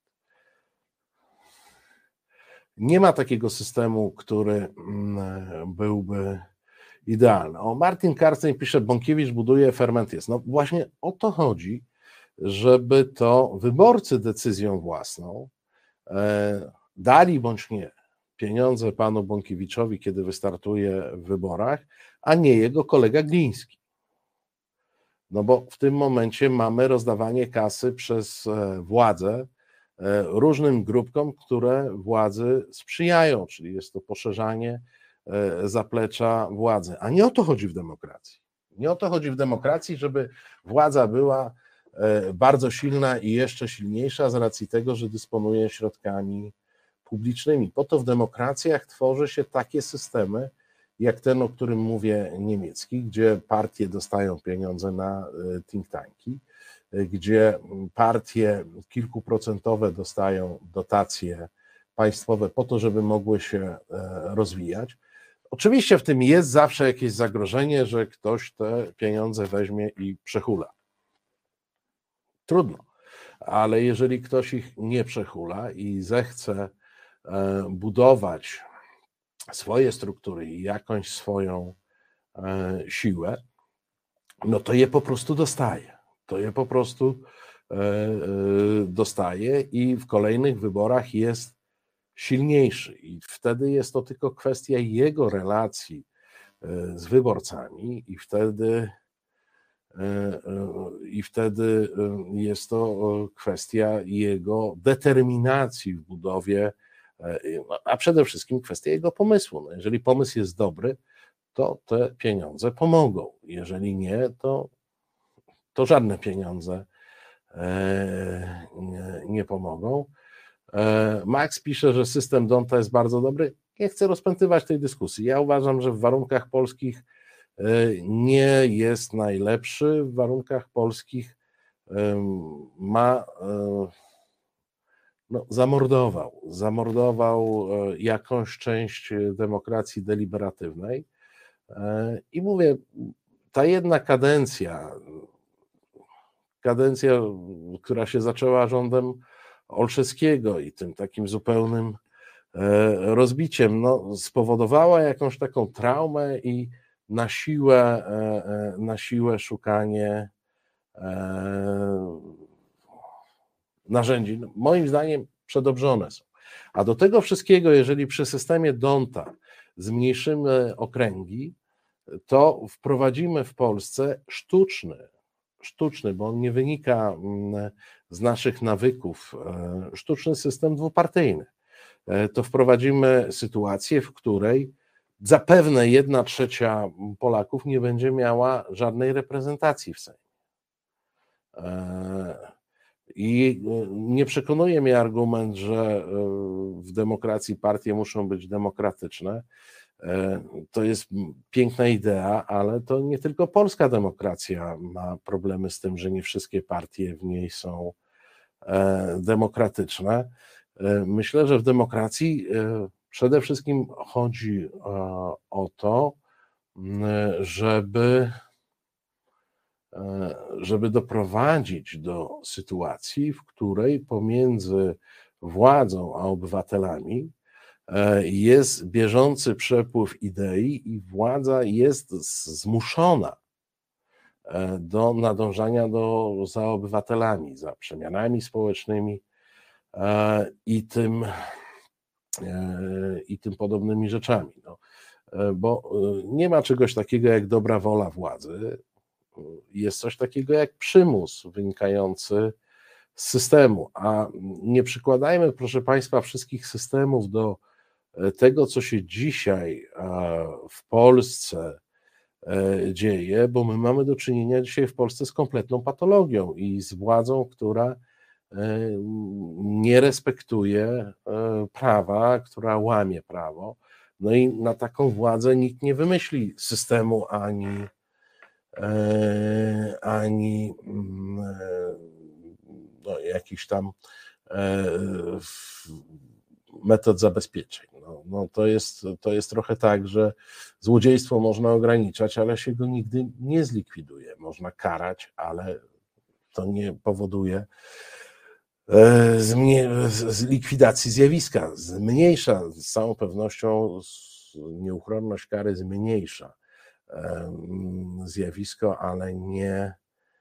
Nie ma takiego systemu, który byłby idealny. O, Martin Karceń pisze, Bąkiewicz buduje, ferment jest. No właśnie o to chodzi, żeby to wyborcy decyzją własną e, dali bądź nie pieniądze panu Bąkiewiczowi, kiedy wystartuje w wyborach, a nie jego kolega Gliński. No bo w tym momencie mamy rozdawanie kasy przez władzę różnym grupkom, które władzy sprzyjają, czyli jest to poszerzanie zaplecza władzy. A nie o to chodzi w demokracji. Nie o to chodzi w demokracji, żeby władza była bardzo silna i jeszcze silniejsza z racji tego, że dysponuje środkami publicznymi. Po to w demokracjach tworzy się takie systemy, jak ten, o którym mówię, niemiecki, gdzie partie dostają pieniądze na think tanki, gdzie partie kilkuprocentowe dostają dotacje państwowe po to, żeby mogły się rozwijać. Oczywiście w tym jest zawsze jakieś zagrożenie, że ktoś te pieniądze weźmie i przehula. Trudno, ale jeżeli ktoś ich nie przehula i zechce budować swoje struktury i jakąś swoją siłę, no to je po prostu dostaje. To je po prostu dostaje i w kolejnych wyborach jest silniejszy. I wtedy jest to tylko kwestia jego relacji z wyborcami i wtedy i wtedy jest to kwestia jego determinacji w budowie, a przede wszystkim kwestia jego pomysłu. No jeżeli pomysł jest dobry, to te pieniądze pomogą. Jeżeli nie, to, to żadne pieniądze nie, nie pomogą. Max pisze, że system Donta jest bardzo dobry. Nie chcę rozpętywać tej dyskusji. Ja uważam, że w warunkach polskich nie jest najlepszy. W warunkach polskich ma, no, zamordował, zamordował jakąś część demokracji deliberatywnej. I mówię, ta jedna kadencja, kadencja, która się zaczęła rządem Olszewskiego i tym takim zupełnym rozbiciem, no, spowodowała jakąś taką traumę i na siłę, na siłę szukanie narzędzi. Moim zdaniem przedobrzone są. A do tego wszystkiego, jeżeli przy systemie Donta zmniejszymy okręgi, to wprowadzimy w Polsce sztuczny, sztuczny, bo on nie wynika z naszych nawyków, sztuczny system dwupartyjny. To wprowadzimy sytuację, w której zapewne jedna trzecia Polaków nie będzie miała żadnej reprezentacji w Sejmie. I nie przekonuje mnie argument, że w demokracji partie muszą być demokratyczne. To jest piękna idea, ale to nie tylko polska demokracja ma problemy z tym, że nie wszystkie partie w niej są demokratyczne. Myślę, że w demokracji przede wszystkim chodzi o to, żeby, żeby doprowadzić do sytuacji, w której pomiędzy władzą a obywatelami jest bieżący przepływ idei i władza jest zmuszona do nadążania do, za obywatelami, za przemianami społecznymi i tym, i tym podobnymi rzeczami. No, bo nie ma czegoś takiego jak dobra wola władzy, jest coś takiego jak przymus wynikający z systemu, a nie przykładajmy, proszę Państwa, wszystkich systemów do tego, co się dzisiaj w Polsce dzieje, bo my mamy do czynienia dzisiaj w Polsce z kompletną patologią i z władzą, która nie respektuje prawa, która łamie prawo. No i na taką władzę nikt nie wymyśli systemu ani, ani no, jakichś tam metod zabezpieczeń. No, no to jest, to jest trochę tak, że złodziejstwo można ograniczać, ale się go nigdy nie zlikwiduje. Można karać, ale to nie powoduje z, z likwidacji zjawiska. Zmniejsza, z całą pewnością nieuchronność kary zmniejsza zjawisko, ale nie,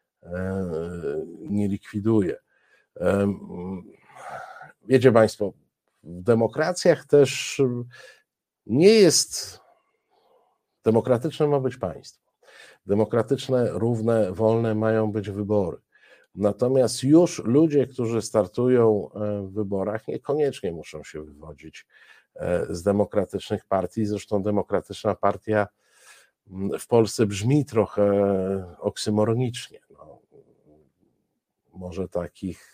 nie likwiduje. Wiecie Państwo, w demokracjach też nie jest, demokratyczne ma być państwo. Demokratyczne, równe, wolne mają być wybory. Natomiast już ludzie, którzy startują w wyborach, niekoniecznie muszą się wywodzić z demokratycznych partii. Zresztą demokratyczna partia w Polsce brzmi trochę oksymoronicznie. No, może takich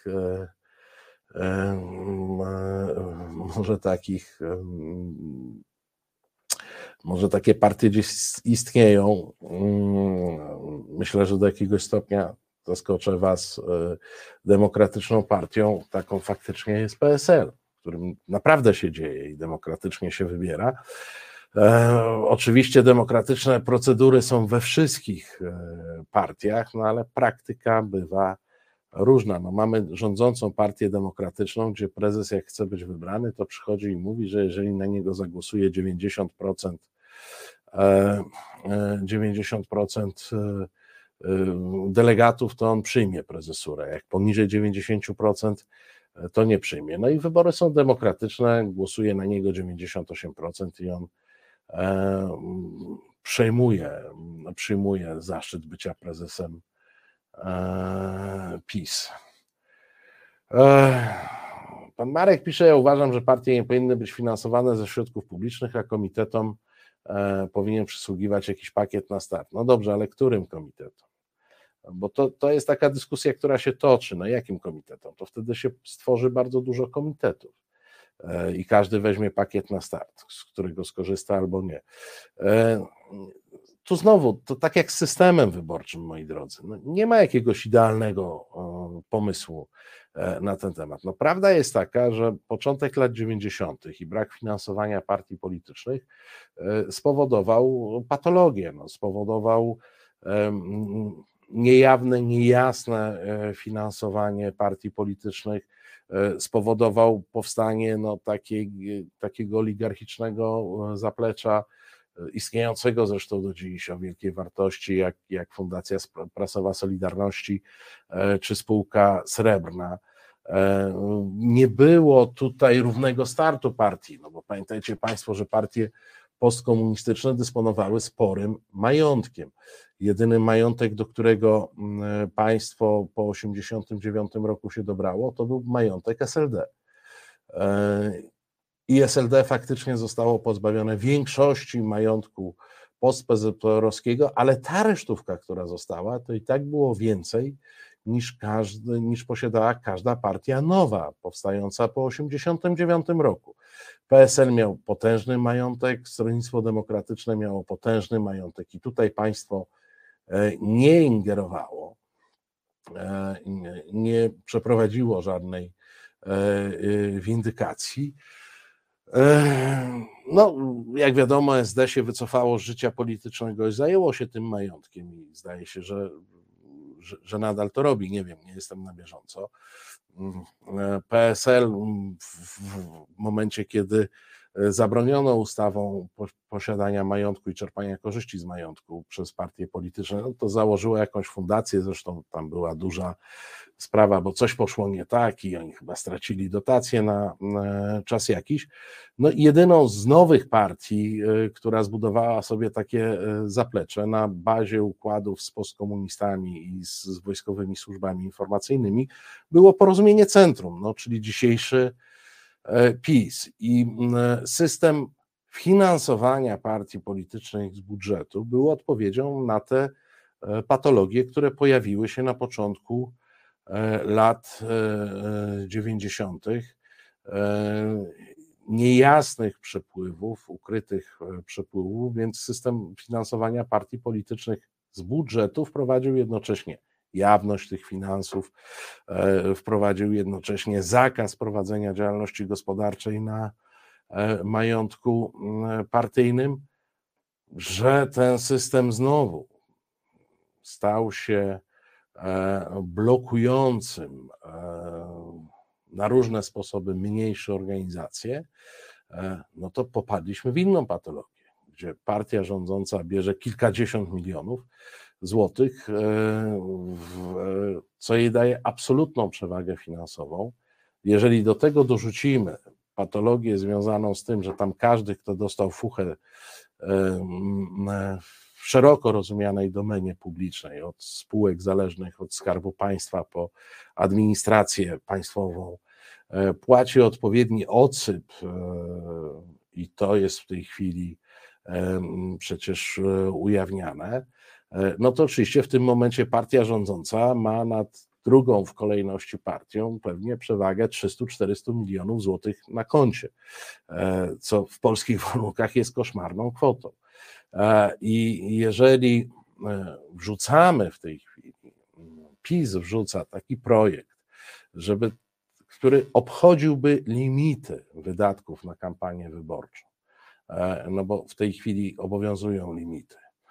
może takich Może takie partie gdzieś istnieją. Myślę, że do jakiegoś stopnia zaskoczę was demokratyczną partią, taką faktycznie jest P S L, w którym naprawdę się dzieje i demokratycznie się wybiera. E, oczywiście demokratyczne procedury są we wszystkich partiach, no ale praktyka bywa różna. No mamy rządzącą partię demokratyczną, gdzie prezes jak chce być wybrany, to przychodzi i mówi, że jeżeli na niego zagłosuje dziewięćdziesiąt procent dziewięćdziesiąt procent delegatów, to on przyjmie prezesurę. Jak poniżej dziewięćdziesiąt procent, to nie przyjmie. No i wybory są demokratyczne, głosuje na niego dziewięćdziesiąt osiem procent i on przejmuje, przyjmuje zaszczyt bycia prezesem PiS. Pan Marek pisze, ja uważam, że partie nie powinny być finansowane ze środków publicznych, a komitetom powinien przysługiwać jakiś pakiet na start. No dobrze, ale którym komitetom? Bo to, to jest taka dyskusja, która się toczy. No jakim komitetom? To wtedy się stworzy bardzo dużo komitetów i każdy weźmie pakiet na start, z którego skorzysta albo nie. Tu znowu, to tak jak z systemem wyborczym, moi drodzy, no nie ma jakiegoś idealnego pomysłu na ten temat. No prawda jest taka, że początek lat dziewięćdziesiątych i brak finansowania partii politycznych spowodował patologię, no, spowodował niejawne, niejasne finansowanie partii politycznych, spowodował powstanie no, takiej, takiego oligarchicznego zaplecza, istniejącego zresztą do dziś o wielkiej wartości, jak, jak Fundacja Prasowa Solidarności czy spółka Srebrna. Nie było tutaj równego startu partii, no bo pamiętajcie Państwo, że partie postkomunistyczne dysponowały sporym majątkiem. Jedyny majątek, do którego państwo po osiemdziesiątym dziewiątym roku się dobrało, to był majątek S L D. I S L D faktycznie zostało pozbawione większości majątku post-P Z P R-owskiego, ale ta resztówka, która została, to i tak było więcej niż, każdy, niż posiadała każda partia nowa, powstająca po osiemdziesiątym dziewiątym roku. P S L miał potężny majątek, Stronnictwo Demokratyczne miało potężny majątek i tutaj państwo nie ingerowało, nie przeprowadziło żadnej windykacji. No, jak wiadomo, S D się wycofało z życia politycznego i zajęło się tym majątkiem i zdaje się, że, że, że nadal to robi, nie wiem, nie jestem na bieżąco. P S L w, w momencie, kiedy zabroniono ustawą posiadania majątku i czerpania korzyści z majątku przez partie polityczne, no to założyło jakąś fundację, zresztą tam była duża sprawa, bo coś poszło nie tak i oni chyba stracili dotacje na, na czas jakiś. No i jedyną z nowych partii, która zbudowała sobie takie zaplecze na bazie układów z postkomunistami i z, z wojskowymi służbami informacyjnymi, było Porozumienie Centrum, no, czyli dzisiejszy PiS. I system finansowania partii politycznych z budżetu był odpowiedzią na te patologie, które pojawiły się na początku lat dziewięćdziesiątych. Niejasnych przepływów, ukrytych przepływów, więc system finansowania partii politycznych z budżetu wprowadził jednocześnie jawność tych finansów, wprowadził jednocześnie zakaz prowadzenia działalności gospodarczej na majątku partyjnym, że ten system znowu stał się blokującym na różne sposoby mniejsze organizacje, no to popadliśmy w inną patologię, gdzie partia rządząca bierze kilkadziesiąt milionów złotych, co jej daje absolutną przewagę finansową. Jeżeli do tego dorzucimy patologię związaną z tym, że tam każdy, kto dostał fuchę w szeroko rozumianej domenie publicznej, od spółek zależnych od Skarbu Państwa po administrację państwową, płaci odpowiedni odsyp i to jest w tej chwili przecież ujawniane, no to oczywiście w tym momencie partia rządząca ma nad drugą w kolejności partią pewnie przewagę trzysta czterysta milionów złotych na koncie, co w polskich warunkach jest koszmarną kwotą. I jeżeli wrzucamy w tej chwili, PiS wrzuca taki projekt, żeby, który obchodziłby limity wydatków na kampanię wyborczą, no bo w tej chwili obowiązują limity,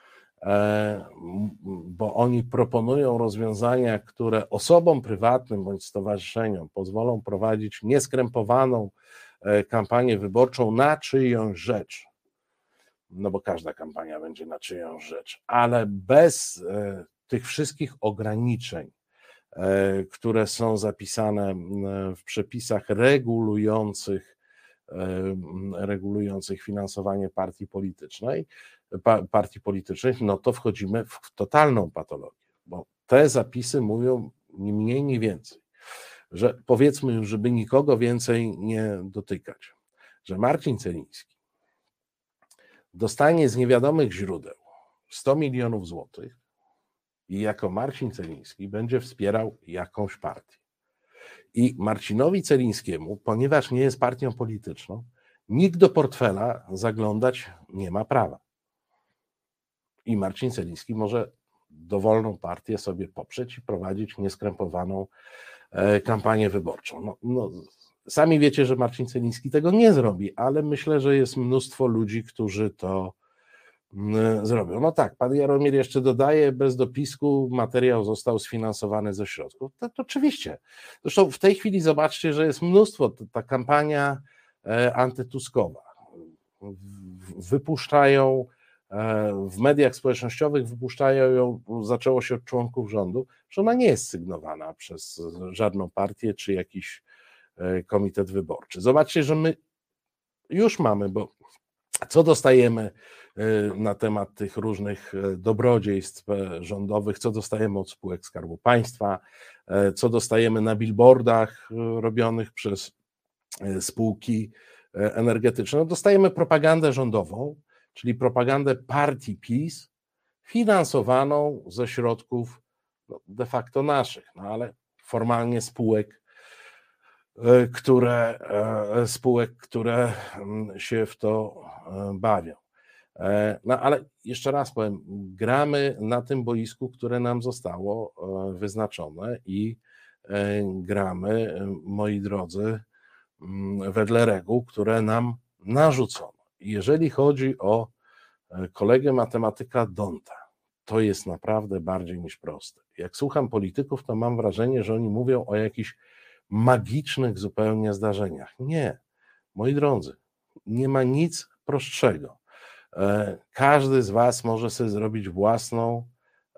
bo oni proponują rozwiązania, które osobom prywatnym bądź stowarzyszeniom pozwolą prowadzić nieskrępowaną kampanię wyborczą na czyjąś rzecz, no bo każda kampania będzie na czyjąś rzecz, ale bez tych wszystkich ograniczeń, które są zapisane w przepisach regulujących, regulujących finansowanie partii politycznej, partii politycznych, no to wchodzimy w totalną patologię, bo te zapisy mówią ni mniej, ni więcej, że powiedzmy już, żeby nikogo więcej nie dotykać, że Marcin Celiński dostanie z niewiadomych źródeł sto milionów złotych i jako Marcin Celiński będzie wspierał jakąś partię. I Marcinowi Celińskiemu, ponieważ nie jest partią polityczną, nikt do portfela zaglądać nie ma prawa. I Marcin Celiński może dowolną partię sobie poprzeć i prowadzić nieskrępowaną kampanię wyborczą. No, no, sami wiecie, że Marcin Celiński tego nie zrobi, ale myślę, że jest mnóstwo ludzi, którzy to zrobią. No tak, pan Jaromir jeszcze dodaje, bez dopisku materiał został sfinansowany ze środków. To, to oczywiście. Zresztą w tej chwili zobaczcie, że jest mnóstwo, ta kampania antytuskowa. Wypuszczają w mediach społecznościowych, wypuszczają ją, zaczęło się od członków rządu, że ona nie jest sygnowana przez żadną partię czy jakiś komitet wyborczy. Zobaczcie, że my już mamy, bo co dostajemy na temat tych różnych dobrodziejstw rządowych, co dostajemy od spółek Skarbu Państwa, co dostajemy na billboardach robionych przez spółki energetyczne. No dostajemy propagandę rządową, czyli propagandę partii PiS, finansowaną ze środków no, de facto naszych, no ale formalnie spółek, które, spółek, które się w to bawią. No ale jeszcze raz powiem, gramy na tym boisku, które nam zostało wyznaczone i gramy, moi drodzy, wedle reguł, które nam narzucono. Jeżeli chodzi o kolegę matematyka Donta, to jest naprawdę bardziej niż proste. Jak słucham polityków, to mam wrażenie, że oni mówią o jakichś magicznych zupełnie zdarzeniach. Nie, moi drodzy, nie ma nic prostszego. Każdy z was może sobie zrobić własną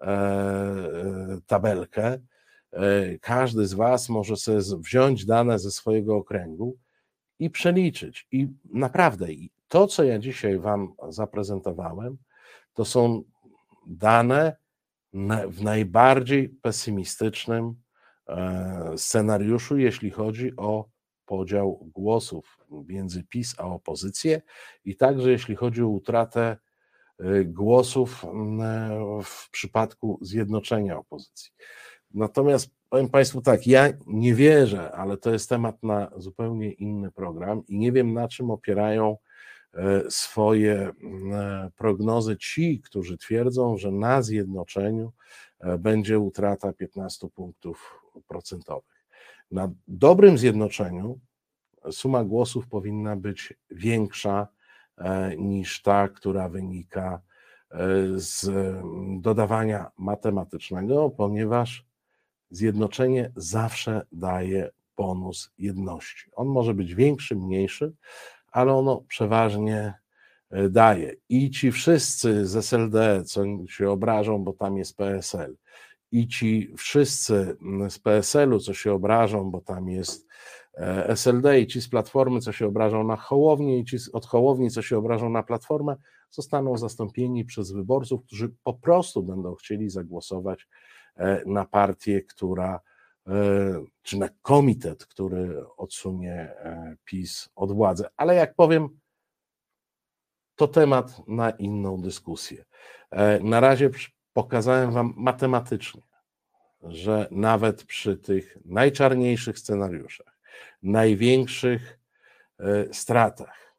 tabelkę, każdy z was może sobie wziąć dane ze swojego okręgu i przeliczyć. I naprawdę to, co ja dzisiaj wam zaprezentowałem, to są dane w najbardziej pesymistycznym scenariuszu, jeśli chodzi o podział głosów między PiS a opozycję i także jeśli chodzi o utratę głosów w przypadku zjednoczenia opozycji. Natomiast powiem Państwu tak, ja nie wierzę, ale to jest temat na zupełnie inny program i nie wiem, na czym opierają swoje prognozy ci, którzy twierdzą, że na zjednoczeniu będzie utrata piętnaście punktów procentowych. Na dobrym zjednoczeniu suma głosów powinna być większa niż ta, która wynika z dodawania matematycznego, ponieważ zjednoczenie zawsze daje bonus jedności. On może być większy, mniejszy, ale ono przeważnie daje. I ci wszyscy z S L D, co się obrażą, bo tam jest P S L, i ci wszyscy z P S L u, co się obrażą, bo tam jest S L D, i ci z Platformy, co się obrażą na Hołownię, i ci od Hołowni, co się obrażą na Platformę, zostaną zastąpieni przez wyborców, którzy po prostu będą chcieli zagłosować na partię, która, czy na komitet, który odsunie PiS od władzy. Ale jak powiem, to temat na inną dyskusję. Na razie pokazałem wam matematycznie, że nawet przy tych najczarniejszych scenariuszach, największych stratach,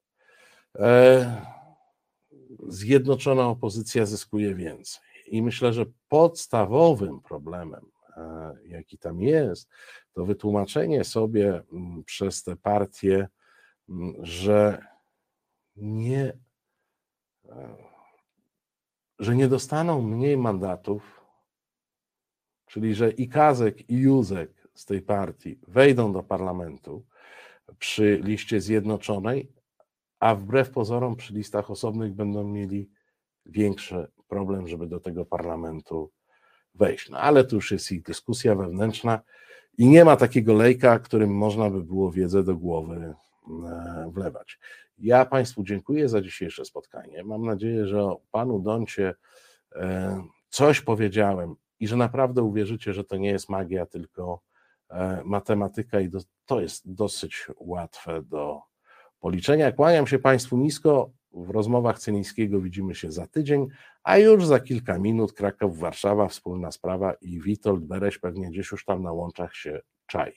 zjednoczona opozycja zyskuje więcej. I myślę, że podstawowym problemem, jaki tam jest, to wytłumaczenie sobie przez te partie, że nie, że nie dostaną mniej mandatów, czyli że i Kazek, i Józek z tej partii wejdą do parlamentu przy liście zjednoczonej, a wbrew pozorom przy listach osobnych będą mieli większy problem, żeby do tego parlamentu wejść. No ale to już jest ich dyskusja wewnętrzna i nie ma takiego lejka, którym można by było wiedzę do głowy wlewać. Ja Państwu dziękuję za dzisiejsze spotkanie. Mam nadzieję, że o panu Doncie coś powiedziałem i że naprawdę uwierzycie, że to nie jest magia, tylko matematyka i to jest dosyć łatwe do policzenia. Kłaniam się Państwu nisko. W rozmowach Celińskiego widzimy się za tydzień, a już za kilka minut Kraków, Warszawa, wspólna sprawa i Witold Bereś pewnie gdzieś już tam na łączach się czai.